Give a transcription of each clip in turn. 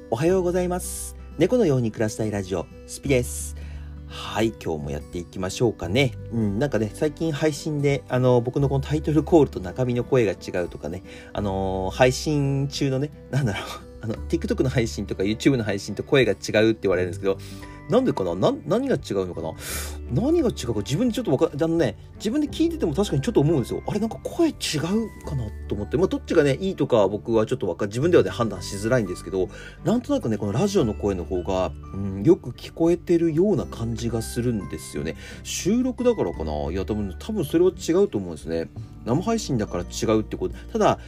おはようございます。猫のように暮らしたいラジオスピです。はい、今日もやっていきましょうかね。なんかね、最近配信で僕のこのタイトルコールと中身の声が違うとかね、配信中のね、TikTok の配信とか YouTube の配信と声が違うって言われるんですけど、なんでかな、何が違うのかな、何が違うか自分でちょっと自分で聞いてても確かにちょっと思うんですよ。あれ、なんか声違うかなと思って、どっちがねいいとか僕はちょっと自分ではね判断しづらいんですけど、なんとなくねこのラジオの声の方が、よく聞こえてるような感じがするんですよね。収録だからかな。いや多分それは違うと思うんですね。生配信だから違うってこと。ただ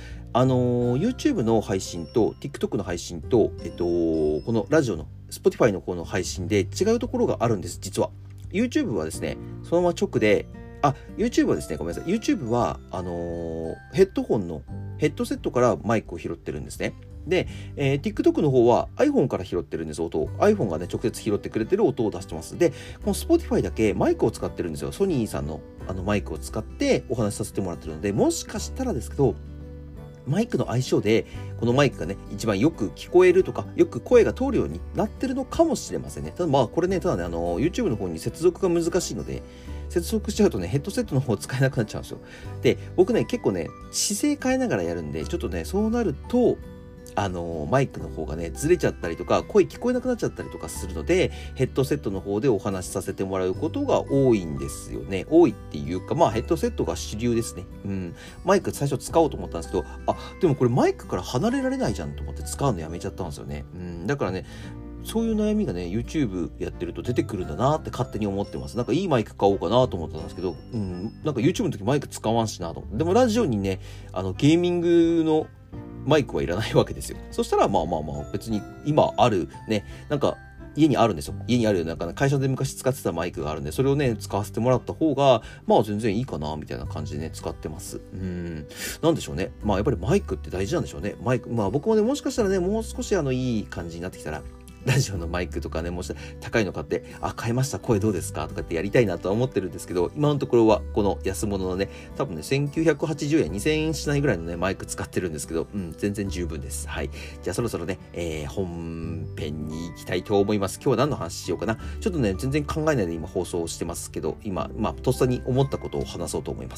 YouTube の配信と TikTok の配信と、このラジオの Spotify の方の配信で違うところがあるんです。実は YouTube はですねそのまま直でYouTube はですね、ごめんなさい。YouTube はヘッドセットからマイクを拾ってるんですね。で、TikTok の方は iPhone から拾ってるんです。音を iPhone がね直接拾ってくれてる音を出してます。で、この Spotify だけマイクを使ってるんですよ。ソニーさんのマイクを使ってお話しさせてもらってるので、もしかしたらですけどマイクの相性でこのマイクがね一番よく聞こえるとか、よく声が通るようになってるのかもしれませんね。ただこれね、YouTube の方に接続が難しいので、接続しちゃうとねヘッドセットの方使えなくなっちゃうんですよ。で、僕ね結構ね姿勢変えながらやるんで、ちょっとねそうなるとマイクの方がねずれちゃったりとか声聞こえなくなっちゃったりとかするので、ヘッドセットの方でお話しさせてもらうことが多いんですよね。多いっていうかヘッドセットが主流ですね。マイク最初使おうと思ったんですけど、でもこれマイクから離れられないじゃんと思って使うのやめちゃったんですよね。だからねそういう悩みがね YouTube やってると出てくるんだなって勝手に思ってます。なんかいいマイク買おうかなと思ったんですけど、なんか YouTube の時マイク使わんしなと思って。でもラジオにねゲーミングのマイクはいらないわけですよ。そしたら別に今あるね、なんか家にあるんですよ。家にあるなんか会社で昔使ってたマイクがあるんで、それをね使わせてもらった方が全然いいかなみたいな感じでね使ってます。なんでしょうね。やっぱりマイクって大事なんでしょうね。マイク僕もねもしかしたらねもう少しいい感じになってきたらラジオのマイクとかね、もし高いの買って、買いました、声どうですかとかってやりたいなとは思ってるんですけど、今のところはこの安物のね、多分ね、1980円、2000円しないぐらいのね、マイク使ってるんですけど、全然十分です。はい。じゃあそろそろね、本編に行きたいと思います。今日は何の話しようかな。ちょっとね、全然考えないで今放送してますけど、今、とっさに思ったことを話そうと思います。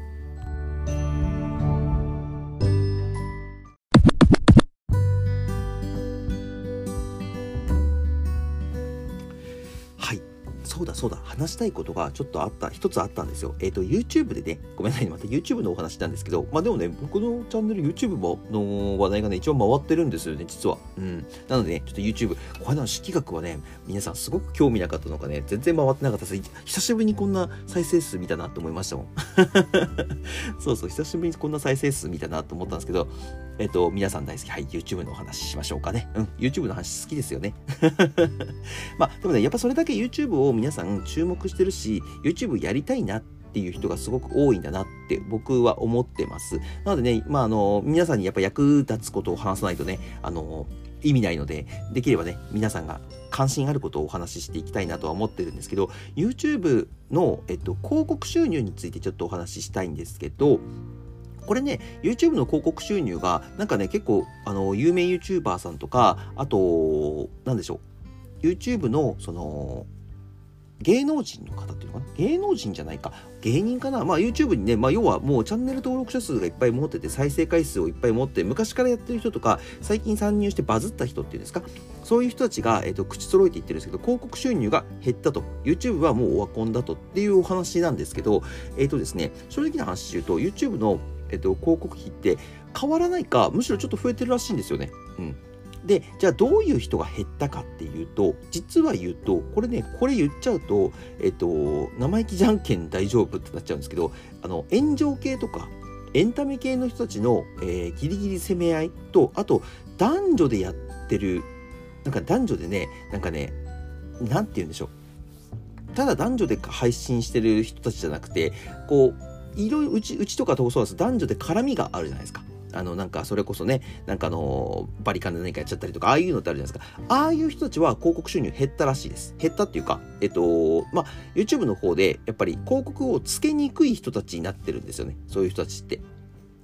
そうだ、話したいことがちょっと一つあったんですよ。YouTube でね、ごめんなさいね、また YouTube のお話なんですけど、でもね、僕のチャンネル YouTube の話題がね、一番回ってるんですよね、実は。なのでね、ちょっと YouTube、これの式学はね、皆さんすごく興味なかったのかね、全然回ってなかったです。久しぶりにこんな再生数見たなと思いましたもん。そう、久しぶりにこんな再生数見たなと思ったんですけど、皆さん大好き、はい、YouTube のお話しましょうかね。YouTube の話好きですよね。でもね、やっぱそれだけ YouTube を皆さん注目してるし、YouTube やりたいなっていう人がすごく多いんだなって僕は思ってます。なのでね、皆さんにやっぱ役立つことを話さないとね、意味ないので、できればね、皆さんが関心あることをお話ししていきたいなとは思ってるんですけど、YouTube の、広告収入についてちょっとお話ししたいんですけど、これね、YouTube の広告収入が、なんかね、結構、有名 YouTuber さんとか、あと、なんでしょう、YouTube の、芸能人の方っていうのかな、芸能人じゃないか、芸人かな、YouTube にね、要はもうチャンネル登録者数がいっぱい持ってて、再生回数をいっぱい持って、昔からやってる人とか、最近参入してバズった人っていうんですか、そういう人たちが、口揃えて言ってるんですけど、広告収入が減ったと、YouTube はもうオワコンだとっていうお話なんですけど、ですね、正直な話で言うと、YouTube の広告費って変わらないか、むしろちょっと増えてるらしいんですよね。で、じゃあどういう人が減ったかっていうと、実は言うと、これ言っちゃうと、生意気じゃんけん大丈夫ってなっちゃうんですけど、炎上系とか、エンタメ系の人たちの、ギリギリ攻め合いと、あと、男女でやってる、男女でね、なんて言うんでしょう。ただ男女で配信してる人たちじゃなくて、いろいろうちとかとそうです。男女で絡みがあるじゃないですか。それこそね、バリカンで何かやっちゃったりとか、ああいうのってあるじゃないですか。ああいう人たちは広告収入減ったらしいです。減ったっていうか、YouTube の方で、やっぱり広告をつけにくい人たちになってるんですよね。そういう人たちって。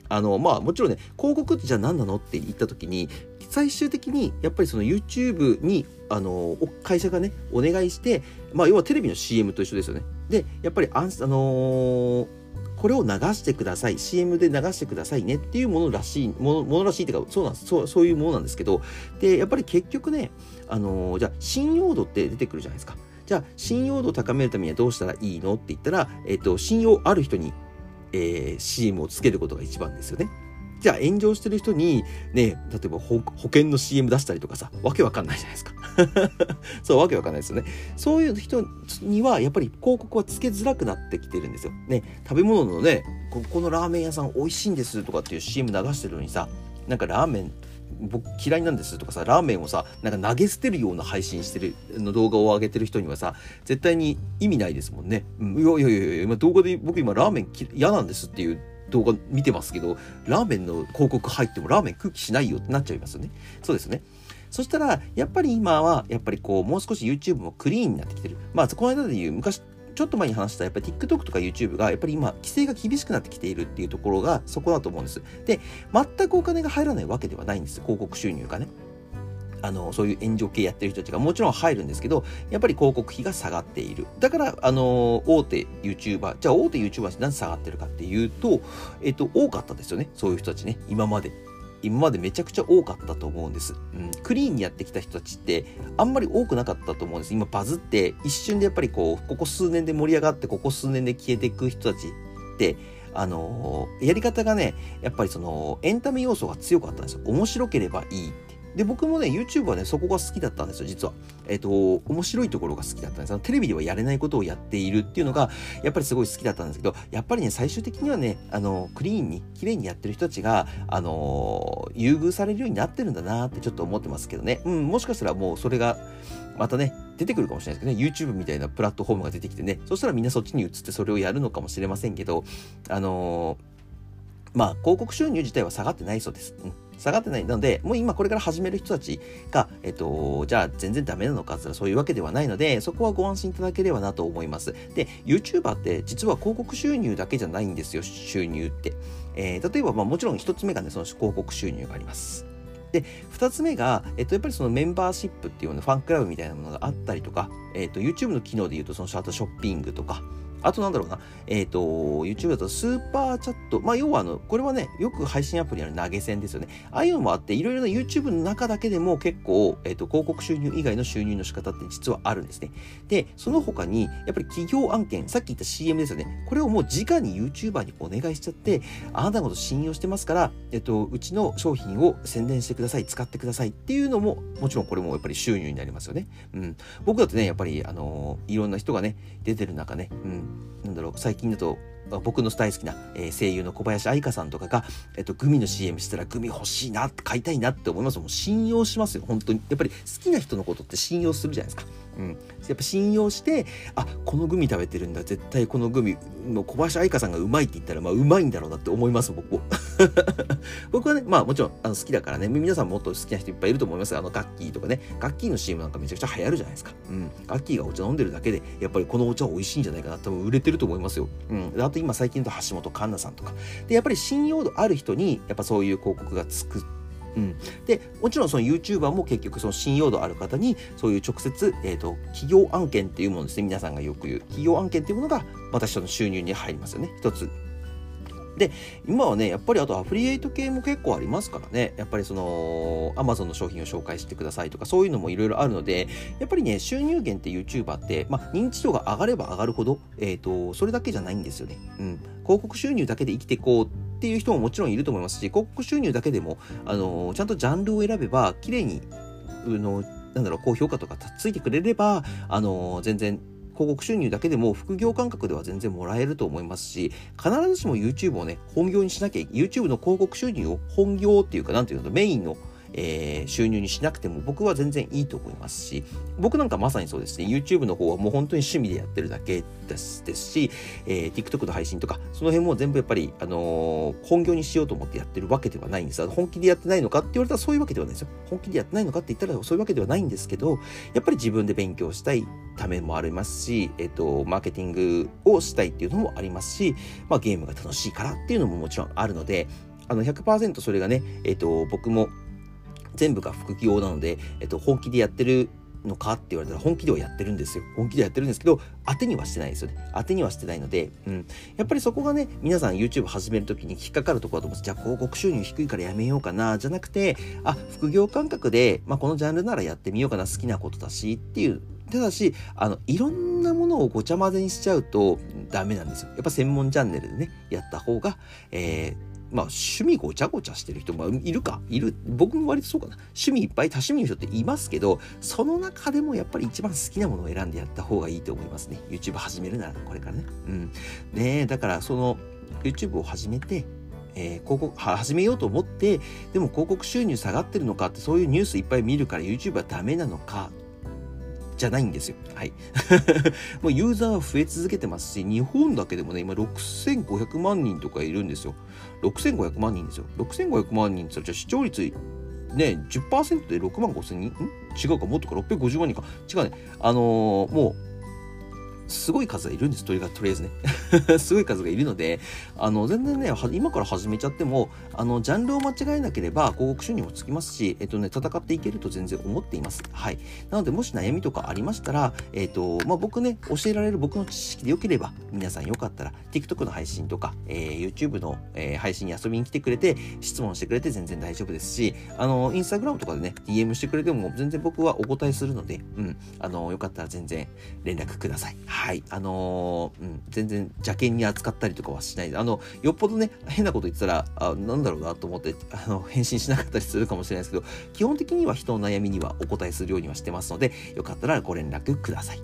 もちろんね、広告ってじゃあ何なのって言った時に、最終的にやっぱりその YouTube に、会社がね、お願いして、要はテレビの CM と一緒ですよね。で、やっぱりこれを流してください。CM で流してくださいねっていうものらしいっていうか、そうなんです。そういうものなんですけど、で、やっぱり結局ね、じゃあ、信用度って出てくるじゃないですか。じゃあ、信用度を高めるためにはどうしたらいいのって言ったら、信用ある人に、CM をつけることが一番ですよね。じゃあ炎上してる人にね、例えば保険の CM 出したりとかさ、わけわかんないじゃないですか。そう、わけわかんないですよね。そういう人にはやっぱり広告はつけづらくなってきてるんですよ。ね、食べ物のね、ここのラーメン屋さん美味しいんですとかっていう CM 流してるのにさ、なんかラーメン僕嫌いなんですとかさ、ラーメンをさ、なんか投げ捨てるような配信してるの動画を上げてる人にはさ、絶対に意味ないですもんね。いや、今動画で僕今ラーメン嫌なんですっていう動画見てますけど、ラーメンの広告入ってもラーメン空気しないよってなっちゃいますよね。そうですね。そしたら、やっぱり今は、やっぱりこう、もう少し YouTube もクリーンになってきてる。この間で言う、ちょっと前に話した、やっぱり TikTok とか YouTube が、やっぱり今、規制が厳しくなってきているっていうところが、そこだと思うんです。で、全くお金が入らないわけではないんです。広告収入がね。そういう炎上系やってる人たちがもちろん入るんですけど、やっぱり広告費が下がっている。だから、大手 YouTuber、じゃあ大手 YouTuber って何で下がってるかっていうと、多かったですよね。そういう人たちね。今までめちゃくちゃ多かったと思うんです。クリーンにやってきた人たちってあんまり多くなかったと思うんです。今バズって一瞬でやっぱりここ数年で盛り上がって、ここ数年で消えていく人たちって、やり方がね、やっぱりそのエンタメ要素が強かったんですよ。面白ければいいって。で、僕もね、YouTube はね、そこが好きだったんですよ、実は。面白いところが好きだったんです。テレビではやれないことをやっているっていうのが、やっぱりすごい好きだったんですけど、やっぱりね、最終的にはね、クリーンに、綺麗にやってる人たちが、優遇されるようになってるんだなってちょっと思ってますけどね。もしかしたらもうそれが、またね、出てくるかもしれないですけどね、YouTube みたいなプラットフォームが出てきてね、そしたらみんなそっちに移ってそれをやるのかもしれませんけど、広告収入自体は下がってないそうです。下がってないので、もう今これから始める人たちが、じゃあ全然ダメなのかって言ったらそういうわけではないので、そこはご安心いただければなと思います。で、YouTuber って実は広告収入だけじゃないんですよ、収入って。例えばもちろん一つ目がね、その広告収入があります。で、二つ目が、やっぱりそのメンバーシップっていうのファンクラブみたいなものがあったりとか、YouTube の機能で言うとそのあとショッピングとか、あとYouTube だとスーパーチャット。要はこれはね、よく配信アプリの投げ銭ですよね。ああいうのもあって、いろいろな YouTube の中だけでも結構、広告収入以外の収入の仕方って実はあるんですね。で、その他に、やっぱり企業案件、さっき言った CM ですよね。これをもう直に YouTuber にお願いしちゃって、あなたのこと信用してますから、うちの商品を宣伝してください、使ってくださいっていうのも、もちろんこれもやっぱり収入になりますよね。僕だってね、やっぱり、いろんな人がね、出てる中ね、最近だと僕の大好きな、声優の小林愛香さんとかが、グミの CM したらグミ欲しいな、買いたいなって思います。もう信用しますよ、本当に。やっぱり好きな人のことって信用するじゃないですか。やっぱ信用して、このグミ食べてるんだ、絶対このグミの小林愛香さんがうまいって言ったら、うまいんだろうなって思います、僕も。僕はね、もちろん好きだからね、皆さんもっと好きな人いっぱいいると思います。ガッキーとかね、ガッキーの CM なんかめちゃくちゃ流行るじゃないですか。ガッキーがお茶飲んでるだけで、やっぱりこのお茶美味しいんじゃないかな、多分売れてると思いますよ。あと今最近だと橋本環奈さんとか。で、やっぱり信用度ある人に、やっぱそういう広告がつく。で、もちろんその YouTuber も結局その信用度ある方にそういう直接、企業案件っていうものですね。皆さんがよく言う企業案件っていうものが私の収入に入りますよね。一つ。で、今はね、やっぱりあとアフリエイト系も結構ありますからね。やっぱりその Amazon の商品を紹介してくださいとか、そういうのもいろいろあるので、やっぱりね、収入源って YouTuber って、認知度が上がれば上がるほど、それだけじゃないんですよね。広告収入だけで生きていこうっていう人ももちろんいると思いますし、広告収入だけでも、ちゃんとジャンルを選べば、綺麗に、高評価とかついてくれれば、全然、広告収入だけでも副業感覚では全然もらえると思いますし、必ずしも YouTube をね、本業にしなきゃ、YouTube の広告収入を本業っていうか、メインの、収入にしなくても僕は全然いいと思いますし、僕なんかまさにそうですね、YouTube の方はもう本当に趣味でやってるだけですし、TikTok の配信とか、その辺も全部やっぱり、本業にしようと思ってやってるわけではないんです。本気でやってないのかって言われたらそういうわけではないですよ。本気でやってないのかって言ったらそういうわけではないんですけど、やっぱり自分で勉強したいためもありますし、マーケティングをしたいっていうのもありますし、ゲームが楽しいからっていうのももちろんあるので、 100% それがね、僕も全部が副業なので、本気でやってるのかって言われたら本気ではやってるんですよ。本気でやってるんですけど、当てにはしてないですよね。当てにはしてないので、やっぱりそこがね、皆さん YouTube 始めるときに引っかかるところだと思うんです。じゃあ広告収入低いからやめようかな、じゃなくて、副業感覚で、このジャンルならやってみようかな、好きなことだしっていう。ただし、いろんなものをごちゃ混ぜにしちゃうとダメなんですよ。やっぱ専門チャンネルでね、やった方が、趣味ごちゃごちゃしてる人もいる。僕も割とそうかな。趣味いっぱい多趣味の人っていますけど、その中でもやっぱり一番好きなものを選んでやった方がいいと思いますね。YouTube 始めるならこれからね。だからその YouTube を始めて、広告始めようと思って、でも広告収入下がってるのかって、そういうニュースいっぱい見るから YouTube はダメなのか。じゃないんですよ。はい。もうユーザーは増え続けてますし、日本だけでもね、今6500万人とかいるんですよ。6500万人ですよ。6500万人って言ったら、じゃあ視聴率ね、10% で6万5千人違うか、もっとか、650万人か。違うね。もう、すごい数がいるんです。とりあえずね。すごい数がいるので、全然ね、今から始めちゃっても、ジャンルを間違えなければ広告収入もつきますし、戦っていけると全然思っています。はい。なので、もし悩みとかありましたら、僕ね、教えられる僕の知識でよければ、皆さんよかったら、TikTok の配信とか、YouTube の、配信に遊びに来てくれて、質問してくれて全然大丈夫ですし、Instagram とかでね、DM してくれても全然僕はお答えするので、よかったら全然連絡ください。はい。全然邪険に扱ったりとかはしないで、よっぽどね、変なこと言ってたら、なんだろうなと思って、返信しなかったりするかもしれないですけど、基本的には人の悩みにはお答えするようにはしてますので、よかったらご連絡ください。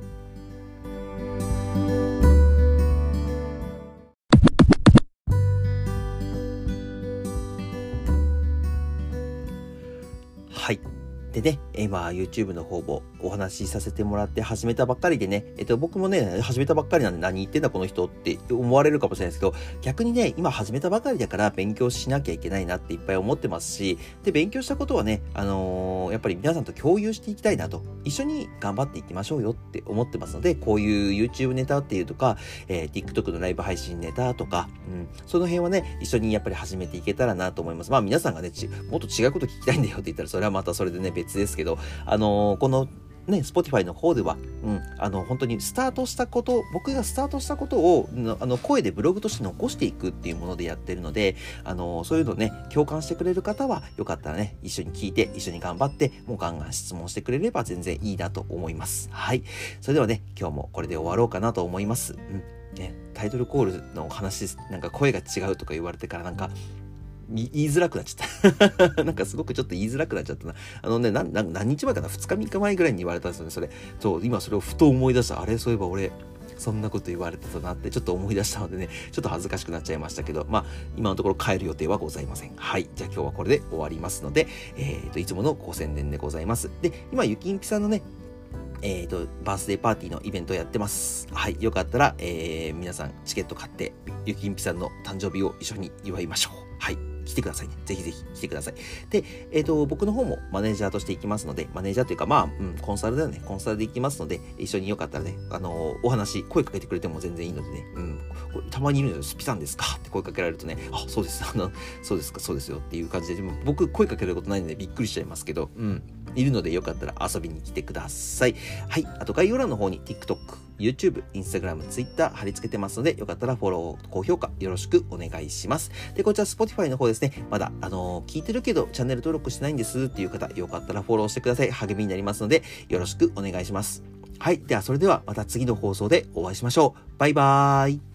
はい。でね、今 YouTube の方もお話しさせてもらって始めたばっかりでね、僕もね、始めたばっかりなんで何言ってんだこの人って思われるかもしれないですけど、逆にね、今始めたばかりだから勉強しなきゃいけないなっていっぱい思ってますし、で、勉強したことはね、やっぱり皆さんと共有していきたいなと、一緒に頑張っていきましょうよって思ってますので、こういう YouTube ネタっていうとか、TikTok のライブ配信ネタとか、その辺はね、一緒にやっぱり始めていけたらなと思います。皆さんがね、もっと違うこと聞きたいんだよって言ったら、それはまたそれでね、別ですけど、このね、Spotify の方では、本当に僕がスタートしたことを、声でブログとして残していくっていうものでやってるので、そういうのね、共感してくれる方は、よかったらね、一緒に聞いて、一緒に頑張って、もうガンガン質問してくれれば全然いいなと思います。はい。それではね、今日もこれで終わろうかなと思います。タイトルコールの話です。なんか声が違うとか言われてからなんか、言いづらくなっちゃった。なんかすごくちょっと言いづらくなっちゃったな。何日前かな ?2 日3日前ぐらいに言われたんですよね、それ。そう、今それをふと思い出した。あれ、そういえば俺、そんなこと言われてたなってちょっと思い出したのでね、ちょっと恥ずかしくなっちゃいましたけど、今のところ帰る予定はございません。はい。じゃあ今日はこれで終わりますので、いつものご宣伝でございます。で、今、ゆきんぴさんのね、バースデーパーティーのイベントをやってます。はい。よかったら、皆さんチケット買って、ゆきんぴさんの誕生日を一緒に祝いましょう。はい。来てくださいね。ぜひぜひ来てください。で、僕の方もマネージャーとして行きますので、マネージャーというか、コンサルだよね。コンサルで行きますので、一緒によかったらね、お話、声かけてくれても全然いいのでね、たまにいるのよ、スピさんですかって声かけられるとね、そうです、そうですか、そうですよっていう感じで、でも僕声かけることないのでびっくりしちゃいますけど、いるのでよかったら遊びに来てください。はい。あと概要欄の方に TikTok、YouTube、Instagram、Twitter 貼り付けてますので、よかったらフォロー、高評価よろしくお願いします。で、こちら Spotify の方ですね、まだ、聞いてるけどチャンネル登録してないんですっていう方、よかったらフォローしてください。励みになりますので、よろしくお願いします。はい。では、それではまた次の放送でお会いしましょう。バイバーイ。